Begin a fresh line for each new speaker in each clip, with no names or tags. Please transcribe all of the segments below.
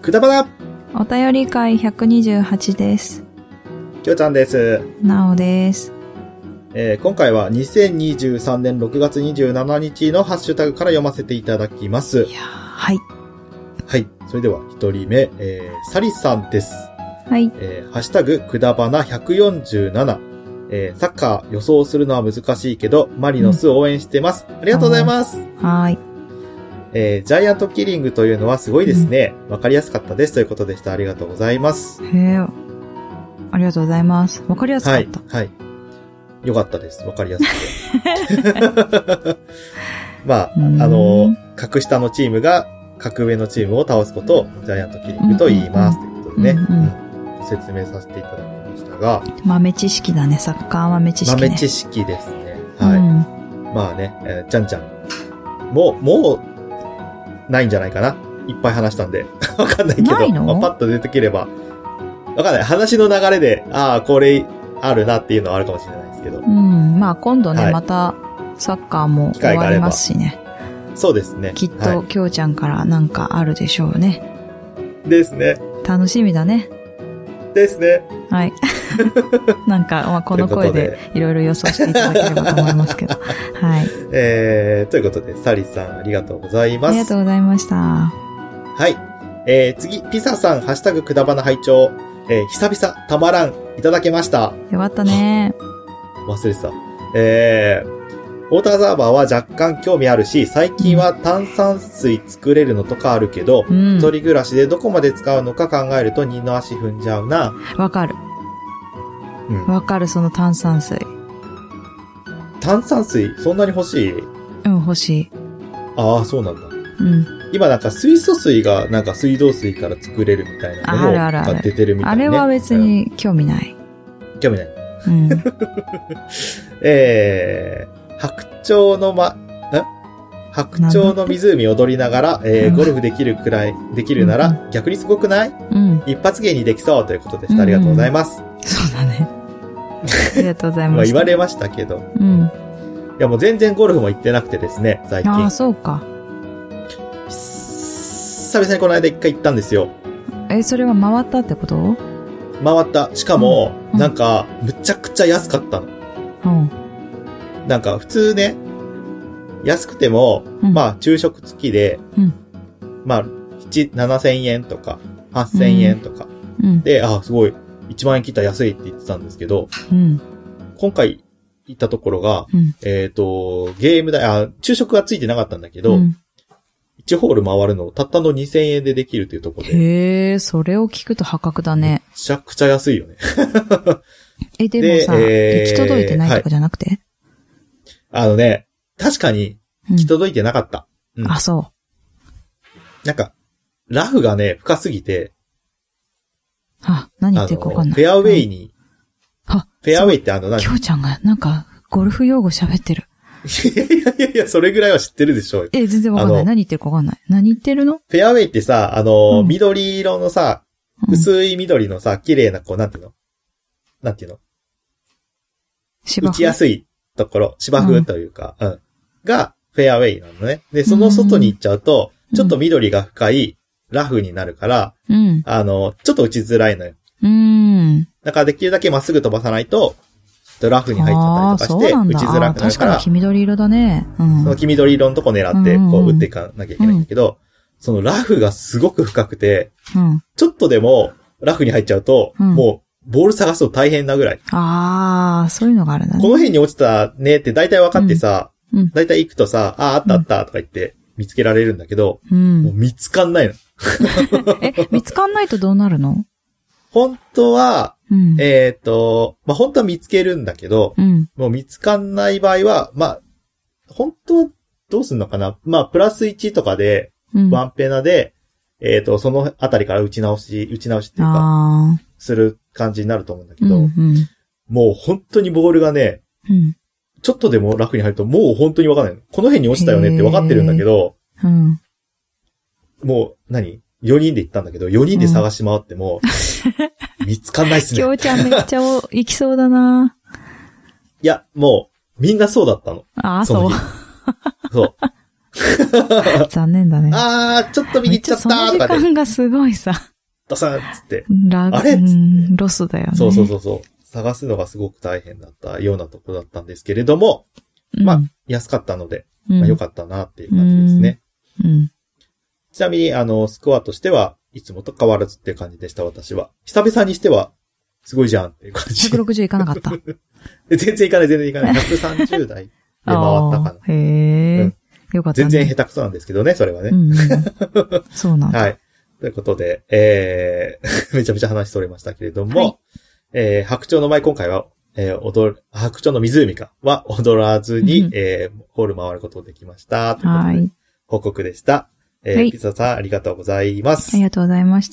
くだばな
お便り会128です。
きょうちゃんです。
なおです。
今回は2023年6月27日のハッシュタグから読ませていただきます。
いやはい。
はい。それでは一人目、サリさんです。
はい。
ハッシュタグくだばな147。サッカー予想するのは難しいけど、マリノス応援してます。ありがとうございます。
はい。
ジャイアントキリングというのはすごいですね。わかりやすかったですということでした。ありがとうございます。
へえ。ありがとうございます。わかりやすかった。
はい。よかったです。わかりやすくて。まあ、格下のチームが格上のチームを倒すことをジャイアントキリングと言います。ということでね、ご説明させていただきましたが。
豆知識だね。サッカー豆知識ね。
豆知識ですね。はい。まあね、ちゃんちゃん。もう、ないんじゃないかな。いっぱい話したんで。わかんないけど。
ないの？
まあ、パッと出てければ。わかんない。話の流れで、これあるなっていうのはあるかもしれないですけど。
まあ今度ね、はい、またサッカーも終わりますしね。
そうですね。
きっと、きょうちゃんからなんかあるでしょうね。
ですね。
楽しみだね。
ですね。
はい。なんか、まあ、この声でいろいろ予想していただければと思いますけど。はい。
ということで、サリさんありがとうございます。
ありがとうございました。
はい。次、ピサさん、ハッシュタグくだばな拝聴。久々、たまらん、いただけました。
よかったね。
忘れてた。ウォーターザーバーは若干興味あるし、最近は炭酸水作れるのとかあるけど、一人暮らしでどこまで使うのか考えると二の足踏んじゃうな。
わかる。わかる、その炭酸水。
炭酸水そんなに欲しい？
欲しい。
ああ、そうなんだ。今なんか水素水がなんか水道水から作れるみたいなのが出てるみたいな、ね。
あれは別に興味ない。
興味ない。白鳥の湖踊りながら、ゴルフできるなら、逆にすごくない？一発芸にできそうということでした。ありがとうございます。
そうだね。ありがとうございます。
まあ言われましたけど。いやもう全然ゴルフも行ってなくてですね、最近。
ああ、そうか。
久々にこの間一回行ったんですよ。
それは回ったってこと？
回った。しかも、なんか、むちゃくちゃ安かったの。なんか、普通ね、安くても、まあ、昼食付きで、まあ、7000円とか、8000円とか。で、すごい、1万円切ったら安いって言ってたんですけど、今回行ったところが、ゲーム代、昼食が付いてなかったんだけど、1ホール回るのをたったの2000円でできるというところで。
へー、それを聞くと破格だね。
めちゃくちゃ安いよね。
でもさ、行き届いてないとかじゃなくて？
確かに、行き届いてなかった。
そう。
なんか、ラフがね、深すぎて。
何言ってるかわかんない。
フェアウェイに。フェアウェイって
きょうちゃんがなんか、ゴルフ用語喋ってる。
いや、それぐらいは知ってるでしょうよ。
全然わかんない。何言ってるかわかんない。何言ってるの？
フェアウェイってさ、緑色のさ、薄い緑のさ、綺麗な、なんていうの打ちやすいところ、芝生というか、が、フェアウェイなのね。で、その外に行っちゃうと、ちょっと緑が深いラフになるから、ちょっと打ちづらいのよ。だからできるだけまっすぐ飛ばさないと、ラフに入っちゃったりとかして、打ちづらくなるから。
確かに黄緑色だね。
その黄緑色のとこ狙って、こう打っていかなきゃいけないんだけど、そのラフがすごく深くて、ちょっとでもラフに入っちゃうと、もう、ボール探すと大変なぐらい。
そういうのがあるんだね。
この辺に落ちたねって大体分かってさ、大体行くとさ、あったとか言って見つけられるんだけど、もう見つかんないの。
見つかんないとどうなるの？
本当は、まあ、本当は見つけるんだけど、もう見つかんない場合は、まあ、本当はどうすんのかな？まあ、プラス1とかで、ワンペナで、そのあたりから打ち直しっていうか、する感じになると思うんだけど、もう本当にボールがね、ちょっとでもラフに入るともう本当にわかんない。この辺に落ちたよねってわかってるんだけど、もう4人で行ったんだけど、4人で探し回っても、見つかんないっすね。
きょうちゃんめっちゃ行きそうだな。
いや、もう、みんなそうだったの。
そう。
そう。
残念だね。
ちょっと見に行っちゃったとか
その時間がすごいさ。
ドサンっつって。あれ
ロスだよね。
そう。探すのがすごく大変だったようなところだったんですけれども、まあ、安かったので、まあ良かったなっていう感じですね。ちなみに、スコアとしてはいつもと変わらずっていう感じでした、私は。久々にしては、すごいじゃんっていう感じ。
160いかなかった。
全然いかない。130代で回ったかな。
へー。よかったね。
全然下手くそなんですけどね、それはね。
そうなんだ。
はい。ということで、めちゃめちゃ話それましたけれども、白鳥の舞今回は、白鳥の湖は踊らずに、ホール回ることができました。ということで、報告でした。ピザさんありがとうございます。
ありがとうございました。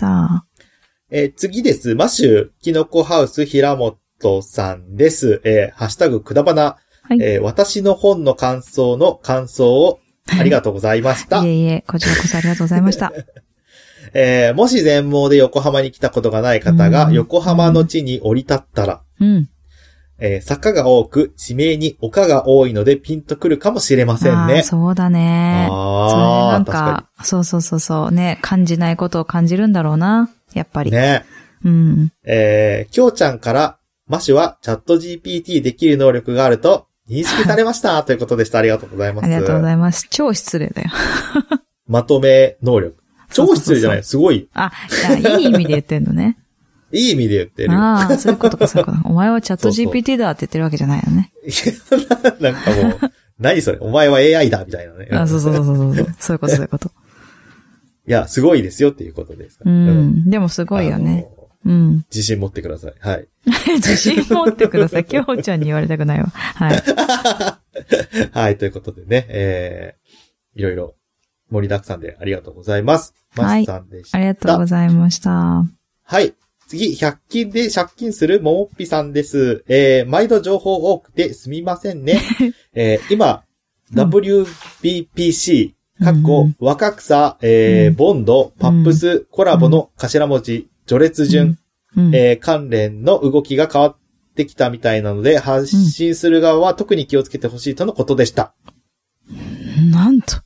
次です。マッシュ、キノコハウス平本さんです。ハッシュタグくだばな、私の本の感想をありがとうございました。
いえいえ、こちらこそありがとうございました。
もし全盲で横浜に来たことがない方が横浜の地に降り立ったら、坂が多く地名に丘が多いのでピンとくるかもしれませんね。
そうだね。それなんか、そうね、感じないことを感じるんだろうな。やっぱり。
ね。きょうちゃんからマシュはチャット GPT できる能力があると認識されましたということでした。ありがとうございます。
ありがとうございます。超失礼だよ。
まとめ能力。超失礼じゃない、すごい。
いい意味で言ってんのね。
いい意味で言ってる。
そういうことか、そういうこと。お前はチャット GPT だって言ってるわけじゃないよね。
なんかもう、何それ、お前は AI だみたいなね。
そう。そういうこと。
いや、すごいですよっていうことです。
でもすごいよね。
自信持ってください。はい。
自信持ってください。きょうちゃんに言われたくないわ。はい。
はい、ということでね、いろいろ盛りだくさんでありがとうございます。マシさんでした。
ありがとうございました。
はい。次、100均で借金するももっぴさんです。毎度情報多くてすみませんね。今、WBPC、若草、ボンド、パップス、コラボの頭文字、序列順、関連の動きが変わってきたみたいなので、発信する側は特に気をつけてほしいとのことでした。
なんと。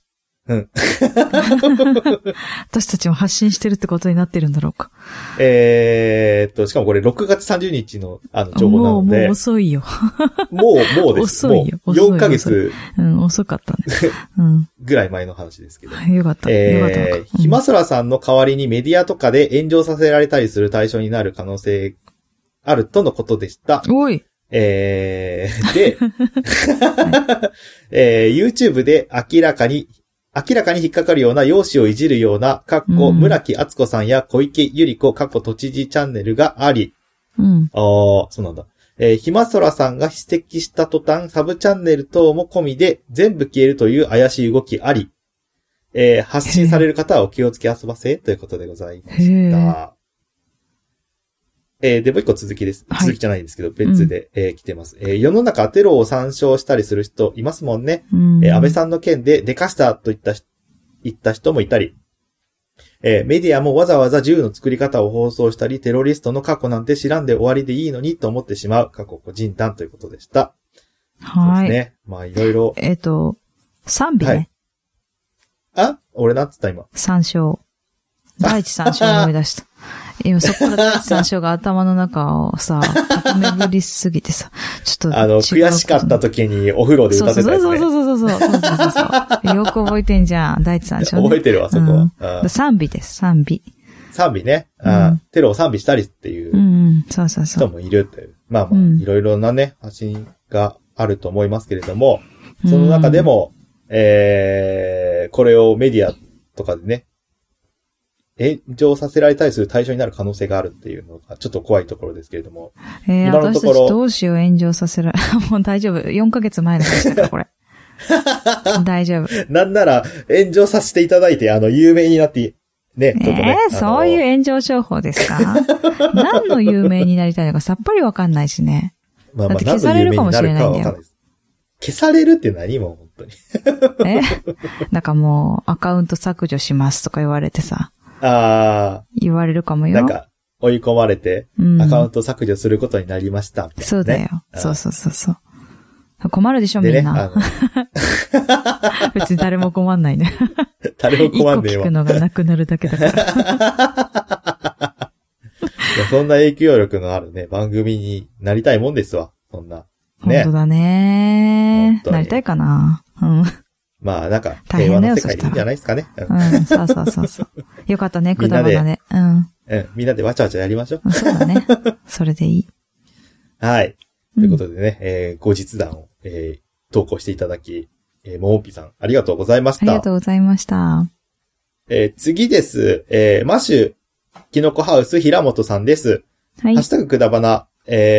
私たちも発信してるってことになってるんだろうか。
しかもこれ6月30日の情報なので。
もう遅いよ。
もうです。
遅いよ。
もう4ヶ月。
遅かったね。
ぐらい前の話ですけど。
よかった。
ひまそらさんの代わりにメディアとかで炎上させられたりする対象になる可能性あるとのことでした。
おい。
で、YouTube で明らかに引っかかるような容姿をいじるような、村木敦子さんや小池百合子、都知事チャンネルがあり。そうなんだ。ひまそらさんが指摘した途端、サブチャンネル等も込みで全部消えるという怪しい動きあり。発信される方はお気をつけ遊ばせということでございました。で、もう一個続きです。続きじゃないんですけど、別で、来てます。世の中テロを参照したりする人いますもんね。安倍さんの件ででかしたと言った人もいたり、メディアもわざわざ銃の作り方を放送したり、テロリストの過去なんて知らんで終わりでいいのにと思ってしまう、個人談ということでした。
はい。
そうですね。まあ、いろいろ。
賛美ね。
俺なんつった今。
参照。第一参照を思い出した。今そこから第一三章が頭の中をさ、駆け巡りすぎてさ、ちょっと。
悔しかった時にお風呂で歌ってたやつね。
そう。よく覚えてんじゃん、第一三章、ね。
覚えてるわ、そこは。
賛美です、賛美。
賛美ね。テロを賛美したりっていう人もいるという。まあ、いろいろなね、発信があると思いますけれども、その中でも、これをメディアとかでね、炎上させられたりする対象になる可能性があるっていうのがちょっと怖いところですけれども。
今のところ。私たちどうしよう炎上させられ、もう大丈夫。4ヶ月前の話だからこれ。大丈夫。
なんなら炎上させていただいて、有名になって、ね、ちょっとね。
そういう炎上商法ですか何の有名になりたいのかさっぱりわかんないしね。だって消されるかもしれないんだよ。
消されるって何も本当に。
なんかもうアカウント削除しますとか言われてさ。言われるかもよ。
なんか、追い込まれて、アカウント削除することになりました、ね。
そうだよ。そう。 困るでしょ、みんな。別に誰も困んないね。
誰も困んねえわ。
一個聞くのがなくなるだけだから。
いやそんな影響力のあるね、番組になりたいもんですわ。そんな。ね。
本当だね。なりたいかな。うん。
まあなんか、平和な世界でいいんじゃないですかね。
うん、そう。よかったね、くだばなね。うん。
みんなでわちゃわちゃやりましょう。
そうだね。それでいい。
はい。ということでね、後日談を、投稿していただき、ももぴさん、ありがとうございました。
ありがとうございました。
次です。マッシュ、キノコハウス、平本さんです。
はい。
ハッシュタグくだばな、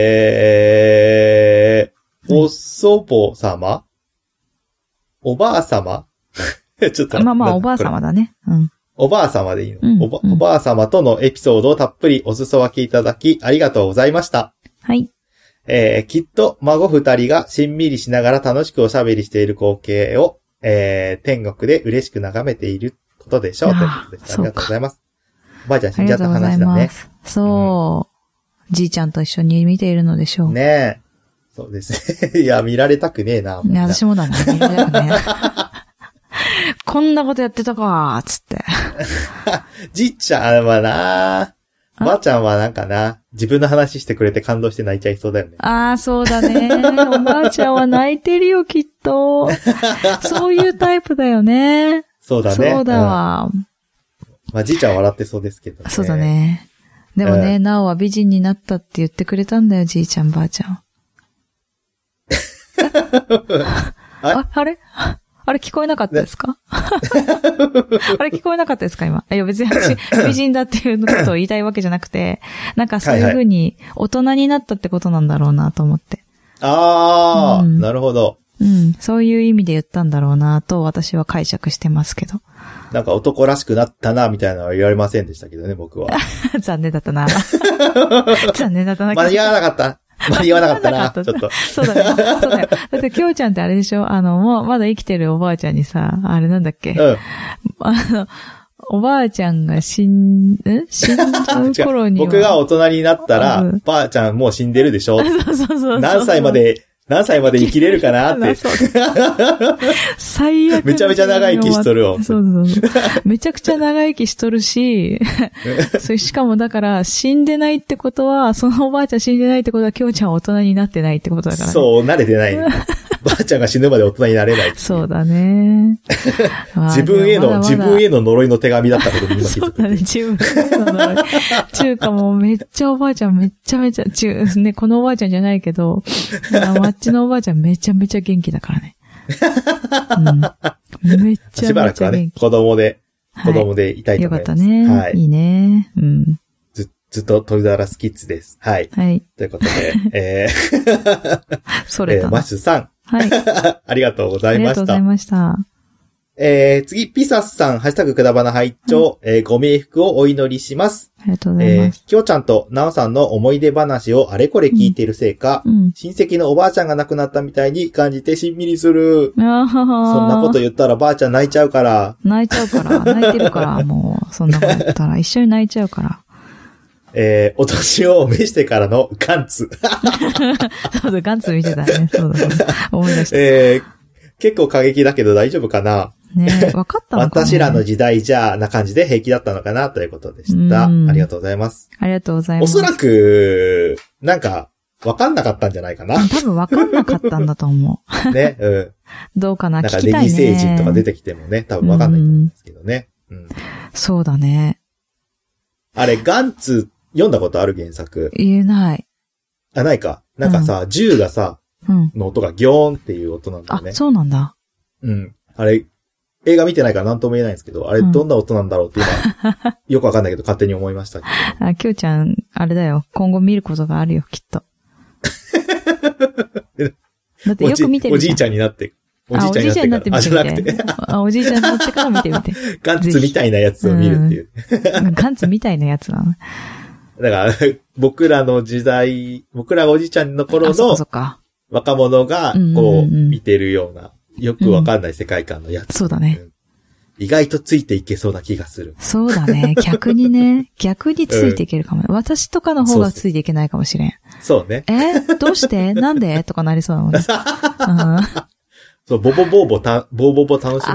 お祖母様おばあ様ちょっと。
まあ、おばあ様だね。うん。
おばあ様でいいの、
うん、
おばあ様とのエピソードをたっぷりお裾分けいただき、ありがとうございました。
はい。
きっと孫二人がしんみりしながら楽しくおしゃべりしている光景を、天国で嬉しく眺めていることでしょう。ということで、ありがとうございます。おばあちゃん死んじゃった話だね。
そう、じいちゃんと一緒に見ているのでしょう。
ねえ。そうですね。いや、見られたくねえな。
ね、私もだね。見られたくねえ。こんなことやってたかー、つって。
じいちゃんはな、ばあちゃんはなんかな、自分の話してくれて感動して泣いちゃいそうだよね。
ああ、そうだね。おばあちゃんは泣いてるよ、きっと。そういうタイプだよね。
そうだね。
そうだわ。
まあ、じいちゃんは笑ってそうですけどね。
そうだね。でもね、なおは美人になったって言ってくれたんだよ、じいちゃん、ばあちゃん。あれあれ聞こえなかったですかあれ聞こえなかったですか今。いや別に私美人だっていうことを言いたいわけじゃなくて、なんかそういう風に大人になったってことなんだろうなと思って。
ああ、なるほど。
うん。そういう意味で言ったんだろうなと私は解釈してますけど。
なんか男らしくなったなみたいなのは言われませんでしたけどね、僕は。
残念だったな。残念だったな。
間に合わなかった。間に合わなかったな、ちょっと。
そうだね。そうだよ。だって、きょうちゃんってあれでしょもう、まだ生きてるおばあちゃんにさ、あれなんだっけ
うん。
おばあちゃんが死んじゃう頃には。
僕が大人になったら、ばあちゃんもう死んでるでしょ
そう。
何歳まで生きれるかなって。
最悪。
めちゃめちゃ長生きしとるわ。
そう。めちゃくちゃ長生きしとるし、しかもだから死んでないってことは、そのおばあちゃん死んでないってことは、きょうちゃんは大人になってないってことだからね。
そう、慣れてない、ね。ばあちゃんが死ぬまで大人になれない。
そうだね。
自分への呪いの手紙だったことに今気づく。
そうだね、自分への呪い。中華もめっちゃおばあちゃんめちゃめちゃ、ね、このおばあちゃんじゃないけど、あっちのおばあちゃんめちゃめちゃ元気だからね。うん、めっちゃめちゃ元気。
しばらくはね、子供でいたいと思います。
よかったね。はい。いいね。うん。
ずっとトイザらスキッズです。はい。
はい。
ということで、
それだな。
マッシュさん。
はい。
ありがとうございました。ありがとうご
ざいました。
次、ピサスさん、ハッシュタグくだばな拝聴、ご冥福をお祈りします。
ありがとうございます。
きょうちゃんとなおさんの思い出話をあれこれ聞いているせいか、親戚のおばあちゃんが亡くなったみたいに感じてしんみりする。そんなこと言ったらばあちゃん泣いちゃうから。泣いてるから、もう、そんなこと言ったら一緒に泣いちゃうから。お年を召してからのガンツ。
そうだ、ガンツ見てたね。そうだ、思い出した。
結構過激だけど大丈夫かな
ね、分かったのかな、
私らの時代じゃな感じで平気だったのかなということでした。ありがとうございます。
ありがとうございます。
おそらく、なんか、分かんなかったんじゃないかな。
多分分かんなかったんだと思う。
ね、うん。
どうかな、聞きたいね。
なんか、ネギ星人とか出てきてもね、多分分かんないと思うんですけどね。
そうだね。
あれ、ガンツ、読んだことある原作？
言えない。
あ、ないか。なんかさ、銃がさ、の音がギョーンっていう音なんだよね。
あ、そうなんだ。
うん。あれ、映画見てないから何とも言えないんですけど、あれどんな音なんだろうって今、よくわかんないけど勝手に思いましたけど。
あ、きょうちゃん、あれだよ。今後見ることがあるよ、きっと。だってよく見てるじゃん。
おじいちゃんになって。
おじいちゃんになって見てみて。おじいちゃんになってから見てみて。
ガンツみたいなやつを見るっていう。
ガンツみたいなやつなの。
だから、僕らがおじいちゃんの頃の若者が、こう、見てるような、よくわかんない世界観のやつ。
そうだね。
意外とついていけそうな気がする。
そうだね。逆についていけるかも。私とかの方がついていけないかもしれん。
そうね。
どうしてなんでとかなりそうだもんね。
そう、ボーボー楽しめる人だから、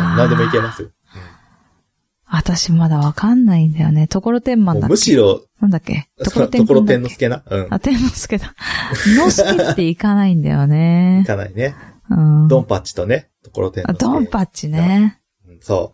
何でもいけますよ。
私まだわかんないんだよね。ところてんマンだっけ？
むしろ、
なんだっけ？
ところてんのすけな。
てんのすけだ。のすけっていかないんだよね。
いかないね。ドンパッチとね、ところてんのすけ。
ドンパッチね。
そう。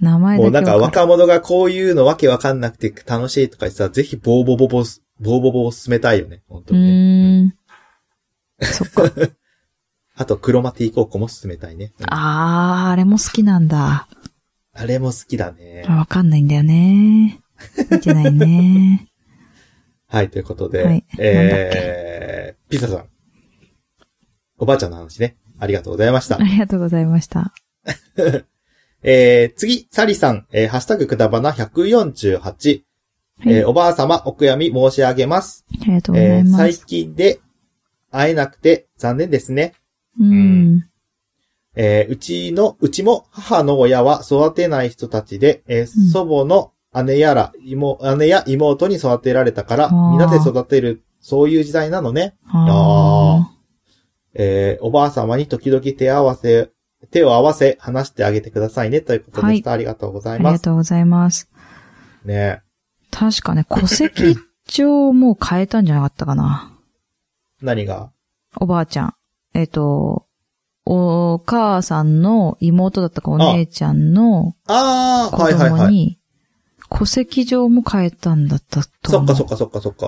名前だけ
もうなんか若者がこういうのわけわかんなくて楽しいとか言ってさ、ぜひボーボボを進めたいよね。本当にね。
そっか。
あと、クロマティ高校も進めたいね。
あれも好きなんだ。
あれも好きだね。
わかんないんだよね。見てないね。
はい、ということで、
はい、
ピザさん。おばあちゃんの話ね。ありがとうございました。
ありがとうございました。
次、サリさん、ハッシュタグくだばな148。おばあ様、お悔やみ申し上げます。
ありがとうございます。
最近で会えなくて残念ですね。うちも母の親は育てない人たちで、祖母の姉や妹に育てられたから、みんなで育てる、そういう時代なのね。おばあ様に時々手を合わせ話してあげてくださいねということでした。はい、ありがとうございます。
ありがとうございます。
ね。
確かね、戸籍上もう変えたんじゃなかったかな。
何が？
おばあちゃん。お母さんの妹だったかお姉ちゃんの子供に戸籍上も変えたんだったと思う。
そっか。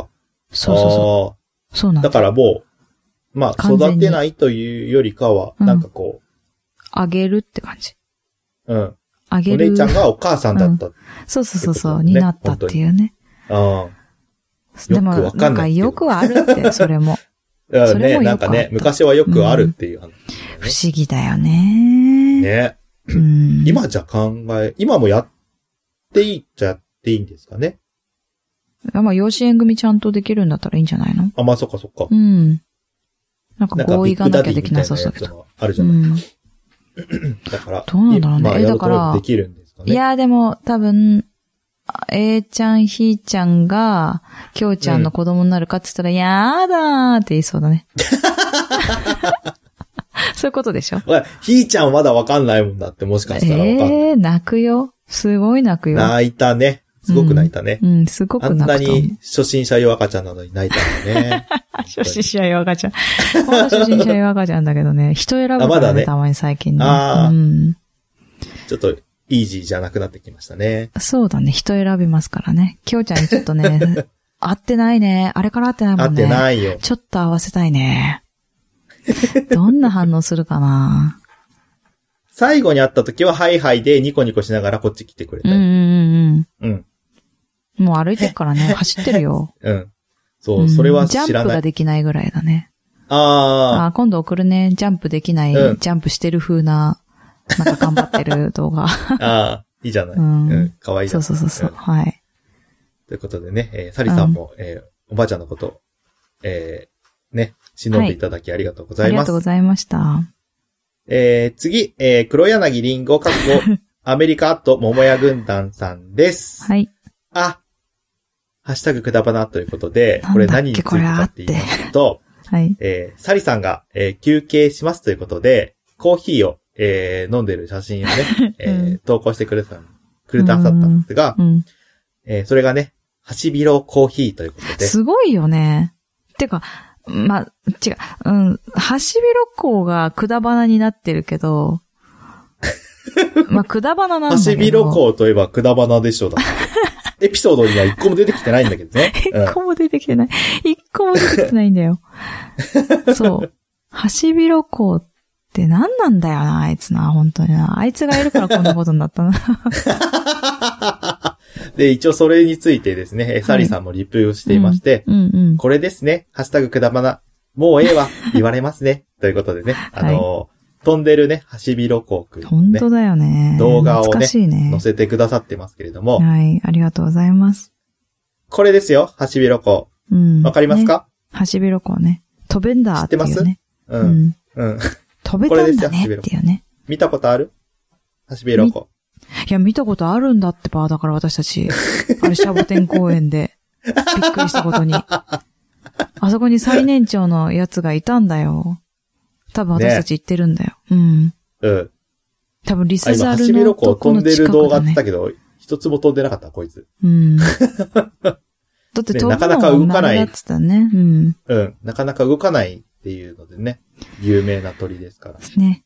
そうなんだ。
だからもう、まあ育てないというよりかは、なんかこう。
あげるって感じ。
あげる。お姉ちゃんがお母さんだった、ね。
そう、になったっていうね。
でも、なんか
よくあるって、それも。
ね、なんかね、昔はよくあるっていう話、ね
不思議だよね。
ね。今じゃ今もやっていいっちゃやっていいんですかね。
まあ、養子縁組ちゃんとできるんだったらいいんじゃないの？
まあ、そっか。
なんか合意がなきゃできなさそうだけど。
あるじゃない。だから、
どうなんだろうね。
だから、できるんですかね。
いや、でも、多分、A ちゃん、ひーちゃんが、きょうちゃんの子供になるかって言ったら、やだーって言いそうだね。そういうことでしょ？
ひーちゃんまだわかんないもんだって、もしかしたらわかんない。
泣くよ。すごい泣くよ。
泣いたね。すごく泣いたね。
すごく泣くと。
あんなに初心者用赤ちゃんなのに泣いたんだね。
初心者用赤ちゃん。まだ初心者用赤ちゃんだけどね、人選ぶからね、たまに最近ね。
ちょっと、イージーじゃなくなってきましたね。
そうだね、人選びますからね。きょうちゃんにちょっとね、合ってないね。あれから合ってないもんね。
合ってないよ。
ちょっと合わせたいね。どんな反応するかな。
最後に会った時はハイハイでニコニコしながらこっち来てくれたよ。
もう歩いてるからね、走ってるよ。
そう、それは知らない。
ジャンプができないぐらいだね。今度送るね。ジャンプできない、ジャンプしてる風な、なんか頑張ってる動画。
いいじゃない。かわいい。
そう。はい。
ということでね、サリさんも、おばあちゃんのこと、ね、忍んでいただきありがとうございます。
ありがとうございました。
次、黒柳りんごかっこアメリカと桃屋軍団さんです。
はい。
ハッシュタグくだばなということで、これ何についてかって言いますと、
はい。
サリさんが、休憩しますということで、コーヒーを、飲んでる写真をね、投稿してくれたんですが、それがね、ハシビロコーヒーということで。
すごいよね。てか、まあ、違う。ハシビロコウがくだばなになってるけど、まあ、くだばななんだけど。ハシ
ビロコウといえばくだばなでしょうだ。エピソードには一個も出てきてないんだけどね。
一個も出てきてないんだよ。そう。ハシビロコウって何なんだよな、あいつな、本当にな。あいつがいるからこんなことになったな。
で、一応それについてですね、サリさんもリプをしていまして、これですね、ハッシュタグくだばな、もうええわ、言われますね。ということでね、飛んでるね、ハシビロコウくんのね、
本当だよね。
動画をね、
載
せてくださってますけれども。
はい、ありがとうございます。
これですよ、ハシビロコウ。わかりますか？
ハシビロコウね。飛べんだっていうね。知って
ます？飛べたん
だねっていうね。
見たことある？ハシビロコウ。
いや、見たことあるんだってば、だから私たち。あれ、シャボテン公園で。びっくりしたことに。あそこに最年長のやつがいたんだよ。多分私たち行ってるんだよ。ね、うん。
うん。
多分リスザルのとこの近くだね。
ハシビロコウ飛んでる動画あったけど、一つも飛んでなかった、こいつ。
うん。だって飛ぶのもなかなか動かない。だってたね。うん。
うん。なかなか動かないっていうのでね。有名な鳥ですから。
ね。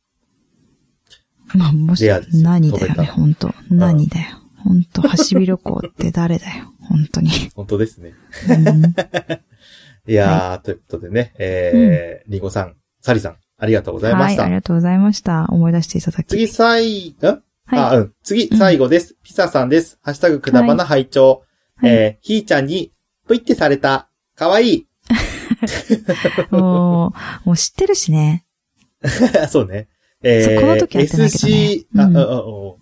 まあ、もし、何だよね、ほんと。何だよ。ほんと、ハシビロコウって誰だよ。ほんとに。
本当ですね。うん、いやー、はい、ということでね、リンゴさん、サリさん、ありがとうございました。
はい、ありがとうございました。思い出していただき。
次、次、最後です。ピサさんです。ハッシュタグくだばな拝聴。ひーちゃんに、ぷいってされた。かわいい。
もう知ってるしね。
そうね。
この時はやってないけどね。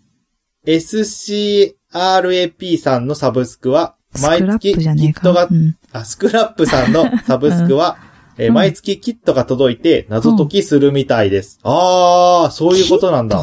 SCRAP さんのサブスクは、毎月キットが、スクラップさんのサブスクは、毎月キットが届いて謎解きするみたいです。ああ、そういうことなんだ。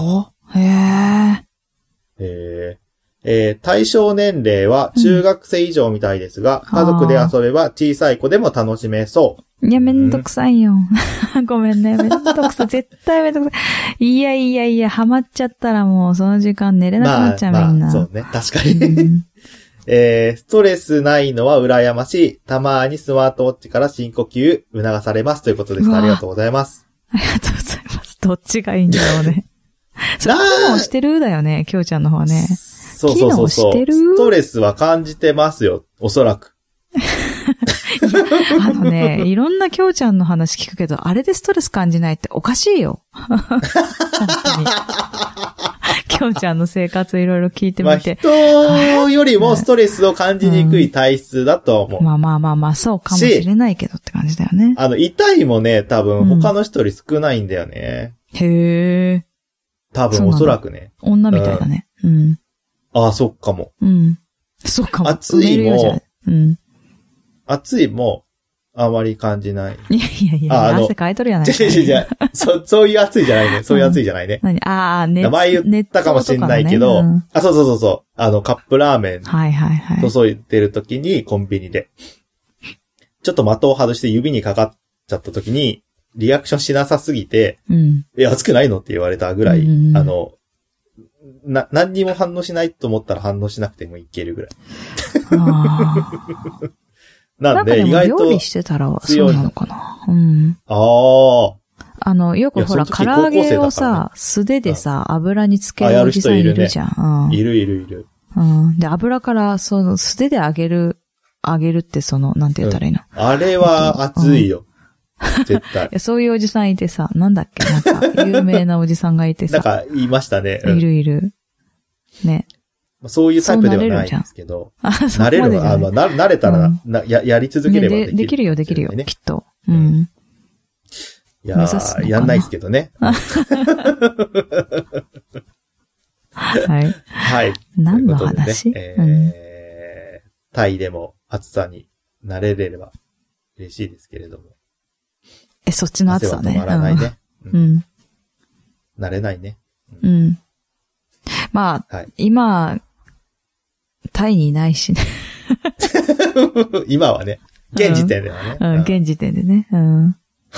対象年齢は中学生以上みたいですが、家族で遊べば小さい子でも楽しめそう。
いや、めんどくさいよ。ごめんね。めんどくさい。絶対めんどくさい。いや、ハマっちゃったらもうその時間寝れなくなっちゃう、みんな。
そうね。確かに。ストレスないのは羨ましい。たまにスマートウォッチから深呼吸促されますということでした。ありがとうございます。
ありがとうございます。どっちがいいんだろうね。それ機能してるだよね、きょうちゃんの方はね。
そう。ストレスは感じてますよ、おそらく。
いろんなきょうちゃんの話聞くけど、あれでストレス感じないっておかしいよ。本当に。きょうちゃんの生活いろいろ聞いてみて。
人よりもストレスを感じにくい体質だと思う。
まあ、そうかもしれないけどって感じだよね。
痛いもね、多分他の人より少ないんだよね。
へー。
多分おそらくね。
女みたいだね。うん。
ああ、そっかも。
うん。そっかも。
暑いも、あまり感じない。
いや、汗かいとるやないか。
そういう暑いじゃないね。そういう暑いじゃないね。
何？
名前言ったかもしれないけど、そう。カップラーメン。注いでる時にコンビニで。ちょっと的を外して指にかかっちゃった時に、リアクションしなさすぎて、熱くないのって言われたぐらい、何にも反応しないと思ったら反応しなくてもいけるぐらい。なんで、意外と。
料理してたらそうなのかな。うん。よくほら、唐揚げをさ、素手でさ、油につけるおじさんいるじゃん。
いる。
うん。で、油から、素手で揚げるって、なんて言ったらいいの。
あれは熱いよ。絶対。
そういうおじさんいてさ、なんだっけ、なんか、有名なおじさんがいてさ。
なんか、言いましたね。
いる。ね。
そういうタイプではないんですけど。慣れるわ。慣れたら、やり続ければできる。
できるよ、きっと。うん。
いやー、やんないですけどね。
はい。
はい。
何の話？
タイでも暑さに慣れれれば嬉しいですけれども。
そっちの暑さね。
汗は止まらないね。
うん。
慣れないね。
うん。まあ、今、タイにいないしね。
今はね。現時点ではね。
現時点でね。うん。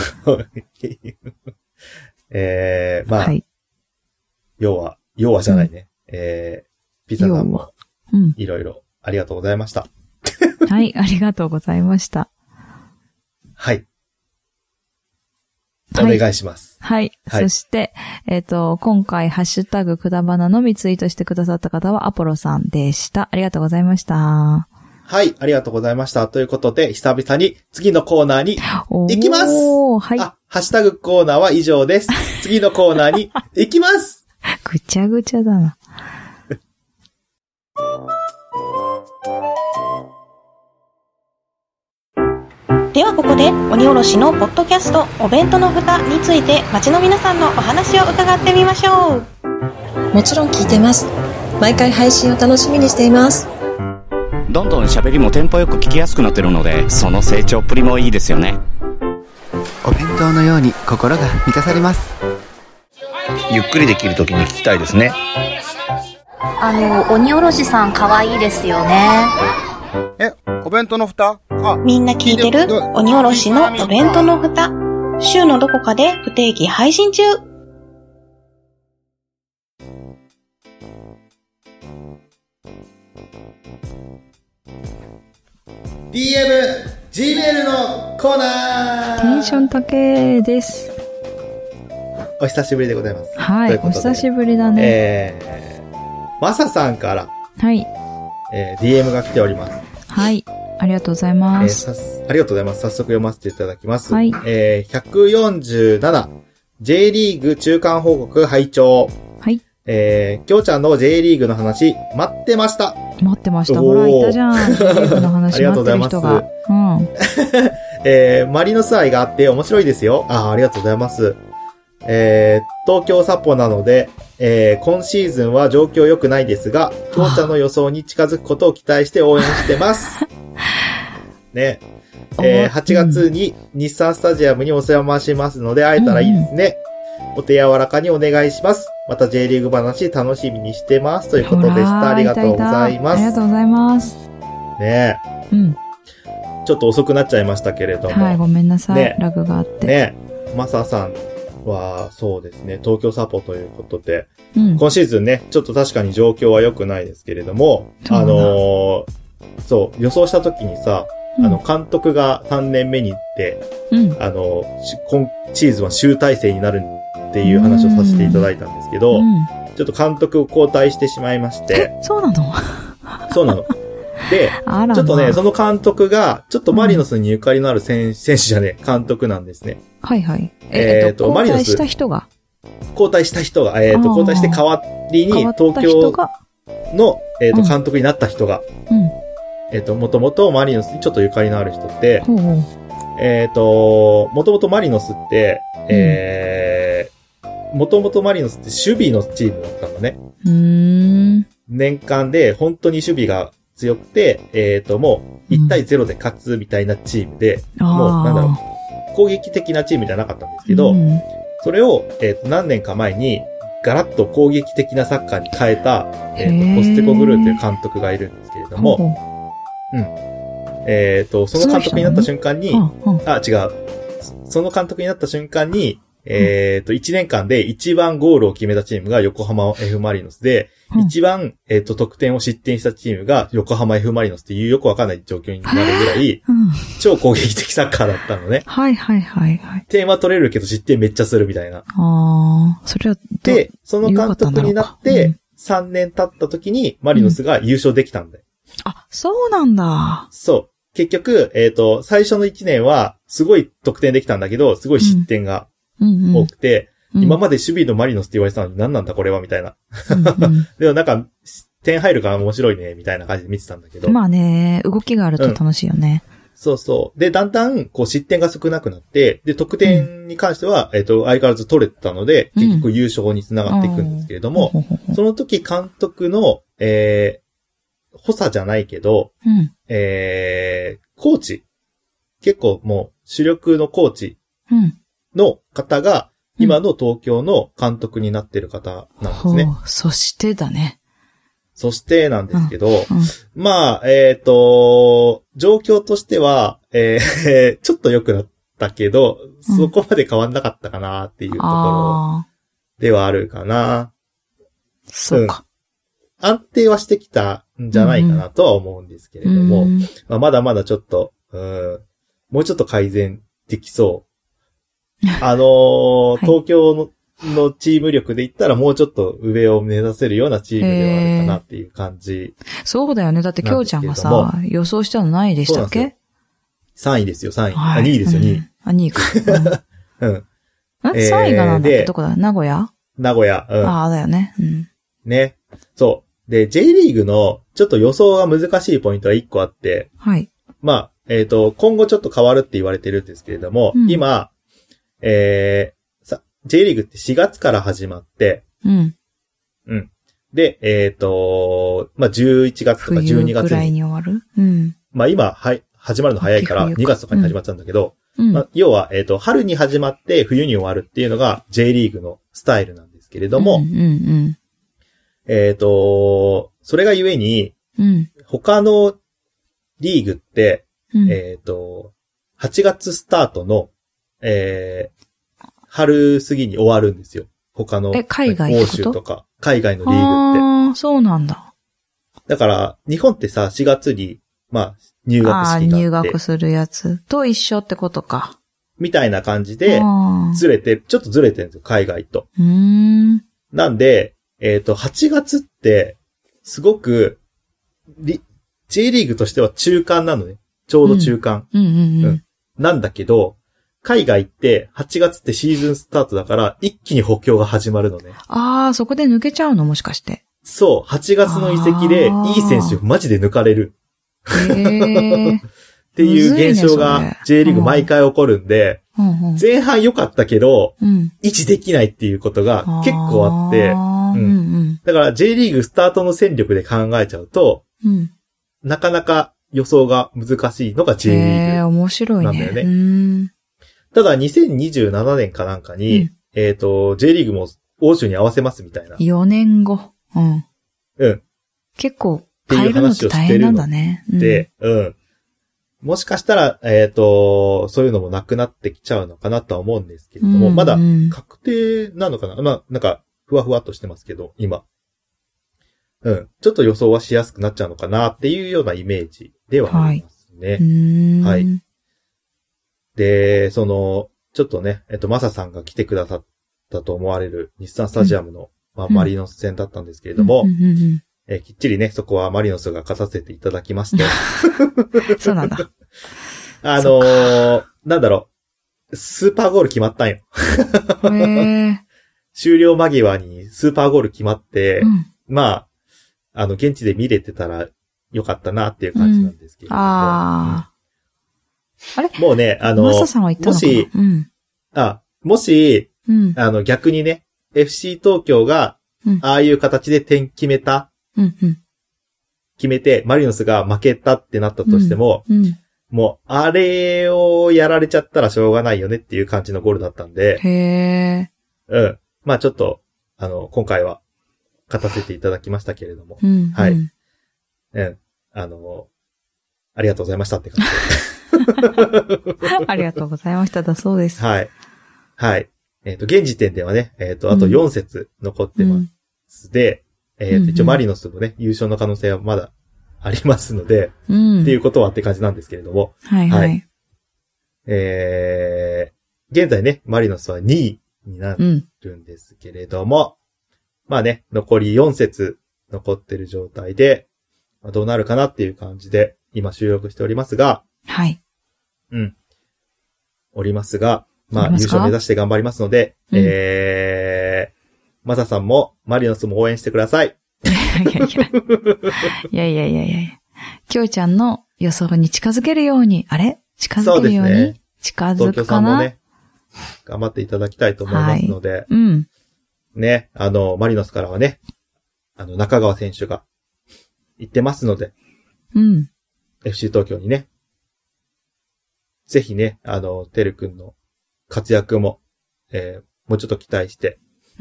まあ、要はじゃないね。ピザさんも、いろいろありがとうございました。
はい、ありがとうございました。
はい。お願いします。
はい。そして、今回、ハッシュタグくだばなのみツイートしてくださった方はアポロさんでした。ありがとうございました。
はい、ありがとうございました。ということで、久々に次のコーナーに行きます。
はい。
ハッシュタグコーナーは以上です。次のコーナーに行きます。
ぐちゃぐちゃだな。
ではここで鬼おろしのポッドキャストお弁当の蓋について街の皆さんのお話を伺ってみましょう。
もちろん聞いてます。毎回配信を楽しみにしています。
どんどん喋りもテンポよく聞きやすくなってるので、その成長っぷりもいいですよね。
お弁当のように心が満たされます。
ゆっくりできるときに聞きたいですね。 鬼おろしさん可愛いですよね。
お弁当の蓋？
みんな聞いてる？鬼おろしのお弁当の蓋。週のどこかで不定期配信中。
Gmail のコーナー。
テンション高えです。
お久しぶりでございます。
はい、お久しぶりだね。
マサさんから、
はい。
DM が来ております。
はい。ありがとうございます。
ありがとうございます。早速読ませていただきます。
はい。
147、J リーグ中間報告拝聴。
はい。
きょうちゃんの J リーグの話、待ってました。
待ってました。ほら、いたじゃん。J リーグの話待ってる人が。うん。
マリノス愛があって面白いですよ。ありがとうございます。東京サポなので、今シーズンは状況良くないですが、きょうちゃんの予想に近づくことを期待して応援してます。ね。8月に日産スタジアムにお世話しますので、会えたらいいですね。お手柔らかにお願いします。また J リーグ話楽しみにしてます。ということでした。ありがとうございます。
ありがとうございます。
ねえ。うん。ちょっと遅くなっちゃいましたけれども。
はい、ごめんなさい。ね、ラグがあって。
ね。マサさんは、そうですね、東京サポということで、今シーズンね、ちょっと確かに状況は良くないですけれども、そう、予想した時にさ、監督が3年目に行って、今シーズンは集大成になるっていう話をさせていただいたんですけど、ちょっと監督を交代してしまいまして。
そうなの？
そうなの。で、ちょっとね、その監督が、ちょっとマリノスにゆかりのある選手じゃねえ、監督なんですね。
はいはい。
マリノス。交代
した人が
交代した人が、交代して代わりに、東京の、監督になった人が、もともとマリノスにちょっとゆかりのある人って、もともとマリノスって、もともとマリノスって守備のチームだったのね。年間で本当に守備が強くて、もう1対0で勝つみたいなチームで、もうなんだろう、攻撃的なチームじゃなかったんですけど、それを、何年か前にガラッと攻撃的なサッカーに変えた、ポステコグルーという監督がいるんですけれども、その監督になった瞬間に、違う。その監督になった瞬間に、1年間で一番ゴールを決めたチームが横浜 F マリノスで、一番、得点を失点したチームが横浜 F マリノスっていうよくわかんない状況になるぐらい、超攻撃的サッカーだったのね。
はいはいはいはい。
点は取れるけど失点めっちゃするみたいな。
それは
で、その監督になって、3年経った時にマリノスが優勝できたんだよ。
そうなんだ。
そう。結局、最初の1年は、すごい得点できたんだけど、すごい失点が多くて、今まで守備のマリノスって言われてたのに何なんだこれはみたいな。でもなんか、点入るから面白いね、みたいな感じで見てたんだけど。
まあね、動きがあると楽しいよね。
そうそう。で、だんだん、こう失点が少なくなって、で、得点に関しては、相変わらず取れてたので、結局優勝につながっていくんですけれども、その時監督の、補佐じゃないけど、コーチ。結構もう主力のコーチの方が、今の東京の監督になってる方なんですね。
そしてだね。
そしてなんですけど、まあ、状況としては、ちょっと良くなったけど、そこまで変わんなかったかなっていうところではあるかな。
そうか。
安定はしてきたんじゃないかなとは思うんですけれども、まだまだちょっと、もうちょっと改善できそう。東京のチーム力で言ったらもうちょっと上を目指せるようなチームではあるかなっていう感じ。
そうだよね。だってきょうちゃんがさ、予想したの何位でしたっけ？
3 位ですよ、3位。2位ですよ、2位。
2位か。3位がなんだっけ？どこだ？名古屋？
名古屋。
だよね。
ね。そう。で、J リーグのちょっと予想が難しいポイントが1個あって、
はい。
まあ、今後ちょっと変わるって言われてるんですけれども、今、J リーグって4月から始まって、で、まあ、11月とか12月に。
ぐらいに終わる？
まあ、今、始まるの早いから2月とかに始まっちゃうんだけど、まあ、要は、春に始まって冬に終わるっていうのが J リーグのスタイルなんですけれども、 それがゆえに、他のリーグって、8月スタートの、春過ぎに終わるんですよ。他の、
海外
欧州とか、海外のリーグって。
ああ、そうなんだ。
だから、日本ってさ、4月に、入学式があって。
入学するやつと一緒ってことか。
みたいな感じで、ちょっとずれてるんですよ、海外と。なんで、8月って、すごく、J リーグとしては中間なのね。ちょうど中間。なんだけど、海外って8月ってシーズンスタートだから一気に補強が始まるのね。
ああ、そこで抜けちゃうのもしかして。
そう、8月の移籍でいい選手マジで抜かれる。っていう現象が J リーグ毎回起こるんで、前半良かったけど、維持できないっていうことが結構あって、だから J リーグスタートの戦力で考えちゃうと、なかなか予想が難しいのが J リーグ
面白い
なんだよね。ただ2027年かなんかに、J リーグも欧州に合わせますみたいな。
4年後。結構変えるのって大変なんだね。
で、もしかしたら、そういうのもなくなってきちゃうのかなとは思うんですけれども、まだ確定なのかな、なんか、ふわふわっとしてますけど、今。ちょっと予想はしやすくなっちゃうのかなっていうようなイメージではありますね。はい。で、ちょっとね、マサさんが来てくださったと思われる日産スタジアムの、マリノス戦だったんですけれども、きっちりね、そこはマリノスが勝たせていただきまして。
そうなんだ。
なんだろう、スーパーゴール決まったんよ。終了間際にスーパーゴール決まって、現地で見れてたらよかったなっていう感じなんですけれども。
あれ
もうね、
マサさんは言ったのかな？
もし、逆にね、FC 東京が、ああいう形で点決めた、決めて、マリノスが負けたってなったとしても、もう、あれをやられちゃったらしょうがないよねっていう感じのゴールだったんで、ちょっと、今回は、勝たせていただきましたけれども、はい。ありがとうございましたって感じで。
ありがとうございましただそうです。
はい。はい。現時点ではね、あと4節残ってます。で、一応マリノスもね、優勝の可能性はまだありますので、っていうことはって感じなんですけれども。はい。現在ね、マリノスは2位になるんですけれども、残り4節残ってる状態で、どうなるかなっていう感じで、今収録しておりますが、
はい。
おりますが、優勝目指して頑張りますので、マサさんもマリノスも応援してください。
いや。きょうちゃんの予想に近づけるように、近づけるように近づくかな。東京さんもね、
頑張っていただきたいと思いますので、ね、マリノスからはね、中川選手が行ってますので、FC 東京にね、ぜひね、てるくんの活躍も、もうちょっと期待して、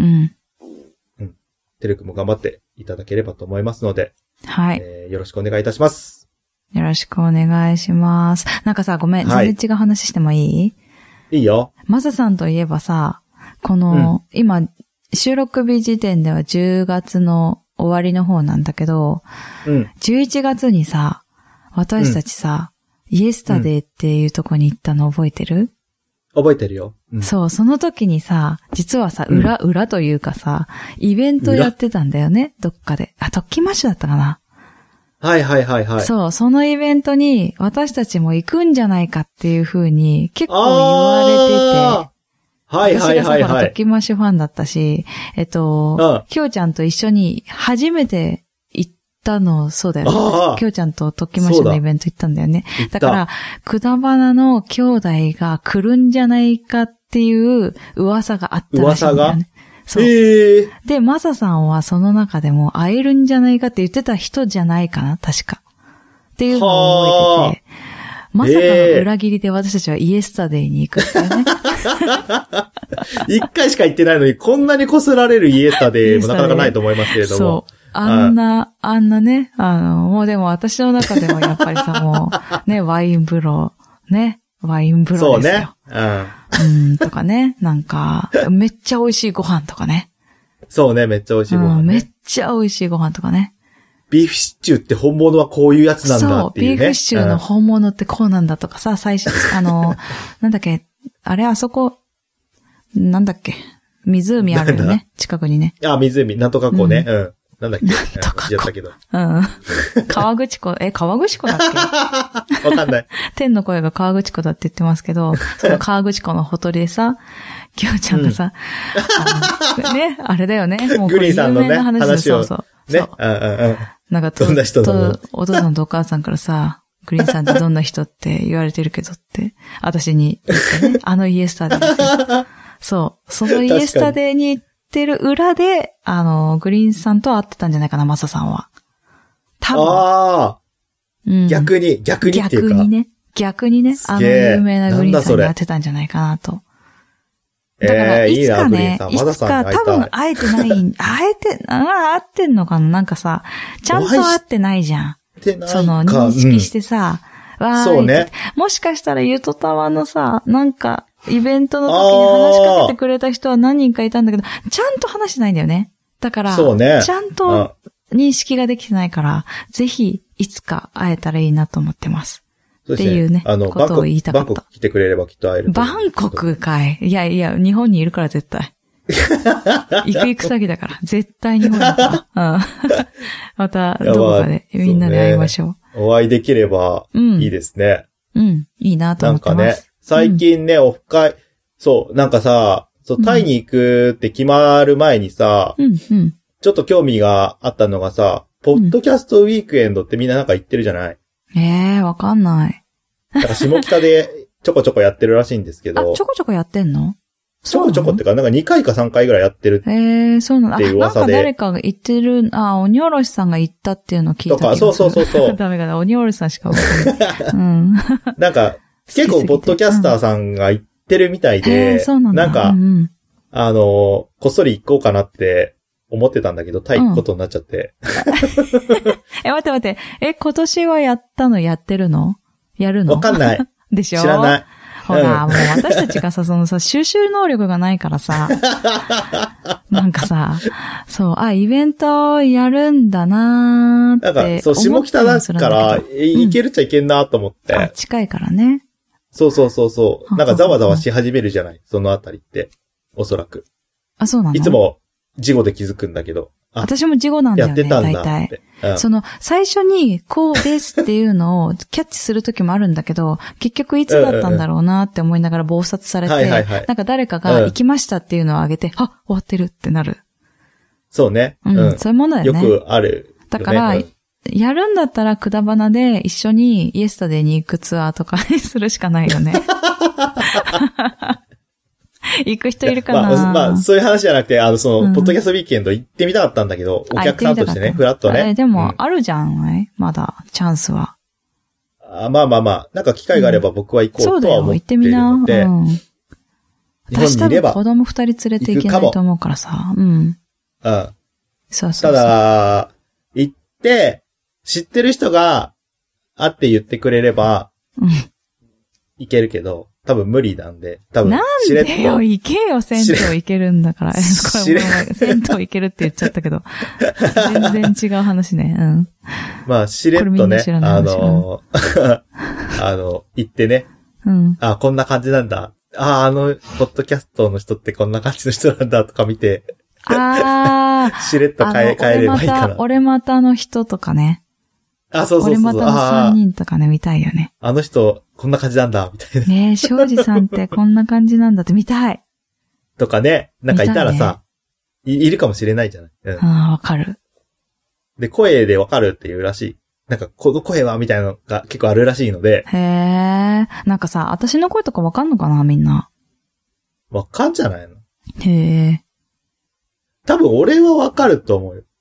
てるくんも頑張っていただければと思いますので、
はい。
よろしくお願いいたします。
よろしくお願いします。なんかさ、ごめん、全然違う話してもいい？
いいよ。
マサさんといえばさ、今、収録日時点では10月の終わりの方なんだけど、11月にさ、私たちさ、イエスタデーっていうとこに行ったの覚えてる？
覚えてるよ。
そう、その時にさ、実はさ、裏というかさ、イベントやってたんだよね、どっかで。トッキンマッシュだったかな。
はい。
そう、そのイベントに私たちも行くんじゃないかっていう風に結構言われてて。私がさ、トッキンマッシュファンだったし、きょうちゃんと一緒に初めて行ったの、そうだよね。きょうちゃんとトッキンマッシュのイベント行ったんだよね。だから、くだばなの兄弟が来るんじゃないかっていう噂があったらしいんだよね。そう。で、マサさんはその中でも会えるんじゃないかって言ってた人じゃないかな、確か。っていうのを覚えてて、まさかの裏切りで私たちはイエスタデーに行くっていうね。
一回しか行ってないのに、こんなに擦られるイエスタデーもなかなかないと思いますけれども。そう。
あんなね、もうでも私の中ではやっぱりさ、もう、ね、ワイン風呂ですよ。
そうね。
とかね、なんか、めっちゃ美味しいご飯とかね。
そうね、めっちゃ美味しいご飯、ね。
めっちゃ美味しいご飯とかね。
ビーフシチューって本物はこういうやつなんだっていうね。
そう、ビーフシチューの本物ってこうなんだとかさ、最初、なんだっけ、あそこ、なんだっけ、湖あるよね、近くにね。
湖、なんとかこうね、なんだっけ、
なんとかこう。河口湖、河口湖だっ
けわかんない。
天の声が河口湖だって言ってますけど、その河口湖のほとりでさ、きよちゃんがさ、ね、あれだよね、もう
グリーンさんのね、話を。
そう。
ね。
なんか
どんな人だろう。
お父さんとお母さんからさ、グリーンさんってどんな人って言われてるけどって、私に言ってね、イエスタデーですよ。そう。そのイエスタデーに行ってる裏で、グリーンさんと会ってたんじゃないかな、マサさんは。多分。
逆にっていうか。
逆にね、有名なグリーンさんに会ってたんじゃないかなと。だから、いつかね、いつか多分会えてない、会ってんのかななんかさ、ちゃんと会ってないじゃん。認識してさ、
そうね。
もしかしたらゆとたわのさ、なんか、イベントの時に話しかけてくれた人は何人かいたんだけど、ちゃんと話してないんだよね。だから、
そうね、
ちゃんと認識ができてないから、ぜひ、いつか会えたらいいなと思ってます。っていうね、ことを言いたかった。
バンコク来てくれればきっと会える。
バンコクかい。いや、日本にいるから絶対。行く先だから。絶対日本だから。また、どこかでみんなで会いましょう。
お会いできればいいですね。
いいなと思ってます。
なんかね、最近ね、オフ会、そう、なんかさ、タイに行くって決まる前にさ、ちょっと興味があったのがさ、ポッドキャストウィークエンドってみんななんか言ってるじゃない？
わかんない。
なんか下北でちょこちょこやってるらしいんですけど。
ちょこちょこやってんの？
ちょこちょこってか、なんか2回か3回ぐらいやってるって
そうなんだ。
っていう噂で。
なんか誰かが言ってる、鬼おろしさんが言ったっていうのを聞いた気がする。
そう。
ダメかな、鬼おろしさんしかわかんない。
なんか、結構ポッドキャスターさんが言ってるみたいで、
そうなんだ。
なんか、こっそり行こうかなって思ってたんだけど、タイ行くことになっちゃって。
待って。今年はやってるの？やるの？
わかんない。
でしょ？
知らない。
ほら、もう私たちがさ、収集能力がないからさ、なんかさ、イベントやるんだなーって。
なんか、下北だから、行けるっちゃいけんなと思って。
近いからね。
そう。なんかざわざわし始めるじゃない、そのあたりって。おそらく。
そうなの？
いつも、事後で気づくんだけど。
私も事後なんだよね、
やってたんだって。
最初に、こうですっていうのをキャッチする時もあるんだけど、結局いつだったんだろうなって思いながら忙殺されて、なんか誰かが行きましたっていうのをあげて、終わってるってなる。
そうね。
そういうものだよね。
よくある。
だから、やるんだったらくだばなで一緒にイエスタデーに行くツアーとかにするしかないよね。行く人いるかな？
そういう話じゃなくて、ポッドキャストウィークエンド行ってみたかったんだけど、お客さんとしてね、フラットね。
でも、あるじゃん、まだ、チャンスは。
まあ、なんか機会があれば僕は行こうとは思ってるので。そうだよ、行ってみな。日本にいれば。
私多分子供2人連れて行けないと思うからさ。そう。
ただ、行って、知ってる人が会って言ってくれれば、行けるけど、多分無理なんで、多分。
なんでよ、行けよ、銭湯行けるんだから。銭湯行けるって言っちゃったけど。全然違う話ね。
しれっとね、行ってね。こんな感じなんだ。ポッドキャストの人ってこんな感じの人なんだとか見て。しれっと帰ればいいかな。
俺またの人とかね。
そう。
俺またの3人とかね、見たいよね。
あの人、こんな感じなんだ、みたいな。
ねえ、庄司さんってこんな感じなんだって見たい。
とかね、なんかいたらさ、いるかもしれないじゃない。
わかる。
で、声でわかるっていうらしい。なんか、この声はみたいなのが結構あるらしいので。
へえ。なんかさ、私の声とかわかんのかな、みんな。
わかんじゃないの？
へえ。
多分俺はわかると思うよ。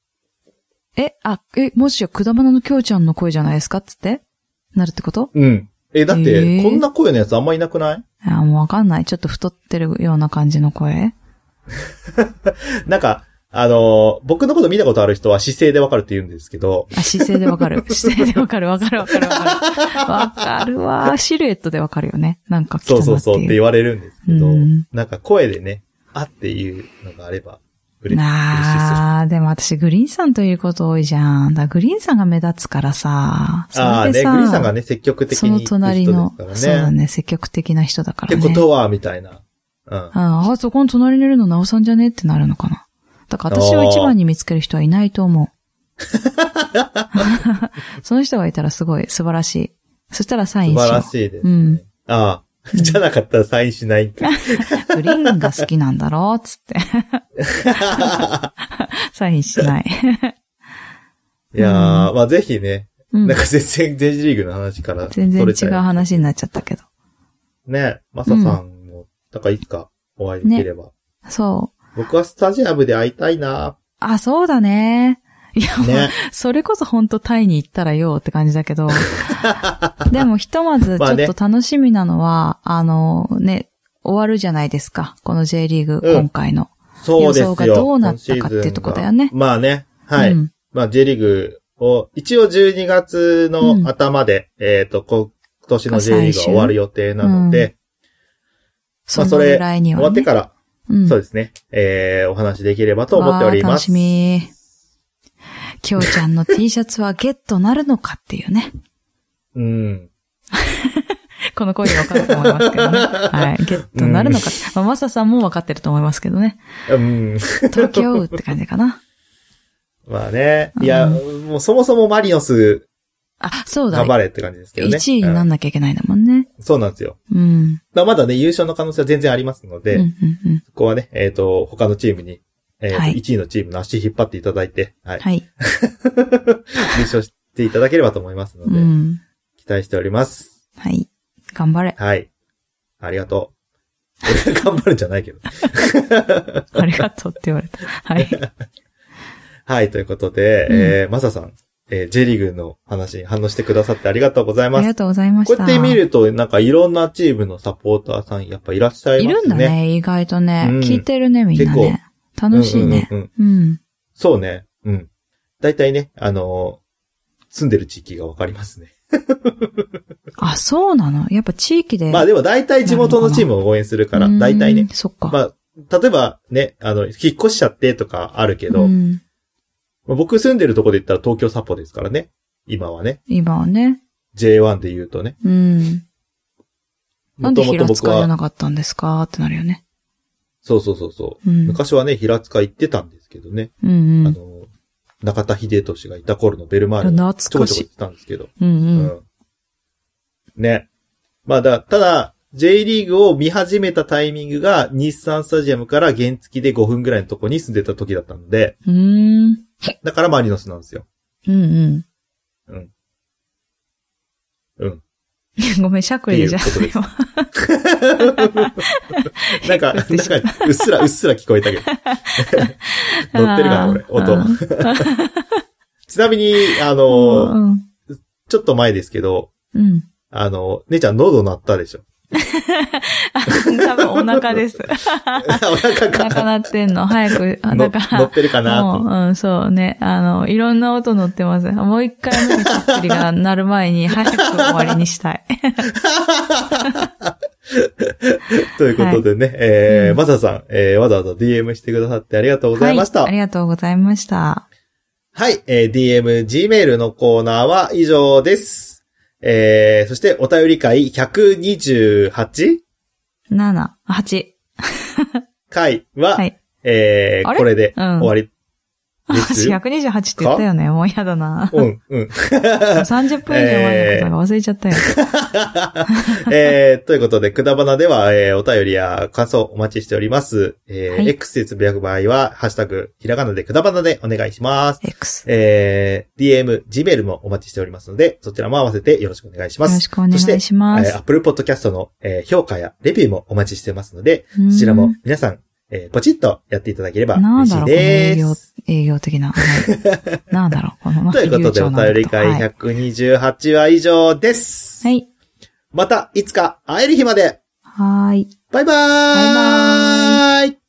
もしや、くだばなのきょうちゃんの声じゃないですかつってなるってこと？
だって、こんな声のやつあんまいなくない？
もうわかんない。ちょっと太ってるような感じの声。
なんか、 僕のこと見たことある人は姿勢でわかるって言うんですけど。
姿勢でわかる。姿勢でわかる。わかるわ。シルエットでわかるよね。なんか
そうって言われるんですけど、なんか声でね、っていうのがあれば嬉しいです。
でも私グリーンさんということ多いじゃん。グリーンさんが目立つからさ。
ね、グリーンさんがね、積極的に行く人ですからね。その隣の、
そうだね、積極的な人だからね。
ってことは、みたいな。
そこの隣にいるのなおさんじゃねってなるのかな。だから私を一番に見つける人はいないと思う。その人がいたらすごい素晴らしい。そしたらサインしよう。
素晴らしいですね。じゃなかったらサインしないんか。
グリーンが好きなんだろうつって。サインしない。
いやー、ぜひね。なんか全然デジリーグの話から。
全然違う話になっちゃったけど。
ね、マサさんも、なんかいつかお会いできれば。
そう。
僕はスタジアムで会いたいな。
そうだね。いや、ね、それこそ本当タイに行ったらよって感じだけど。でもひとまずちょっと楽しみなのは、終わるじゃないですか。この J リーグ今回の予想がどうなったかっていうとこだよね。
まあね。はい。J リーグを、一応12月の頭で、今年の J リーグは終わる予定なので、それ終わってから、そうですね。お話できればと思っております。
楽しみ。きょうちゃんの T シャツはゲットなるのかっていうね。この声で分かると思いますけどね。はい。ゲットなるのか。マサさんも分かってると思いますけどね。東京って感じかな。
まあね。いや、もうそもそもマリノス、
そうだ。
頑張れって感じですけどね。
1位になんなきゃいけないんだもんね。
そうなんですよ。まだね、優勝の可能性は全然ありますので、そこはね、他のチームに、1位のチームの足引っ張っていただいて、はい。優勝していただければと思いますので、期待しております。
はい。頑張れ。
はい。ありがとう。俺が頑張るんじゃないけど。
ありがとうって言われた。はい。
はい、ということで、マサさん、J リーグの話に反応してくださってありがとうございます。
ありがとうございました。
こうやって見ると、なんかいろんなチームのサポーターさんやっぱいらっしゃいますね。
いるんだね、意外とね。聞いてるね、みんなね。楽しいね。
そうね。だいたいね、住んでる地域がわかりますね。
そうなの？やっぱ地域で。
まあでもだいたい地元のチームを応援するから、だいたいね。
そっか。
まあ、例えばね、引っ越しちゃってとかあるけど、僕住んでるとこで言ったら東京サポですからね。今はね。J1 で言うとね。
なんで平塚じゃなかったんですかってなるよね。
そう。昔はね、平塚行ってたんですけどね。中田秀俊がいた頃のベルマーレをちょこちょこ行ってたんですけど。ね。まあただ、J リーグを見始めたタイミングが日産スタジアムから原付で5分ぐらいのとこに住んでた時だったので。だからマリノスなんですよ。
ごめん、しゃくりじゃん。
なんか、うっすら聞こえたけど。乗ってるかな、俺、音。ちなみに、ちょっと前ですけど、姉ちゃん喉鳴ったでしょ。
多分お腹です。お
腹か。
お腹鳴ってんの。早く、だから。
乗ってるかな
そうね。いろんな音乗ってます。もう一回目にしゃっくりが鳴る前に早く終わりにしたい。
ということでね、マサさん、わざわざ DM してくださってありがとうございました。
ありがとうございました。
はい、DM、Gmail のコーナーは以上です。そしてお便り会 128?
8
回は、これで終わり
私128って言ったよね。もう嫌だな。30分以上前のことが忘れちゃったよ。
ということで、くだばなでは、お便りや感想お待ちしております。X でつぶやく場合は、ハッシュタグ、ひらがなでくだばなでお願いします。
X。
DM、Gmail もお待ちしておりますので、そちらも合わせてよろしくお願いします。
よろしくお願いします。
そして、Apple Podcast の、評価やレビューもお待ちしてますので、そちらも皆さん、ポチッとやっていただければ嬉しいです。
営業的な。なんだろう、この
ということで、お便り会128話以上です。
はい。
また、いつか会える日まで。
はい。
バイバーイ。バイバーイ。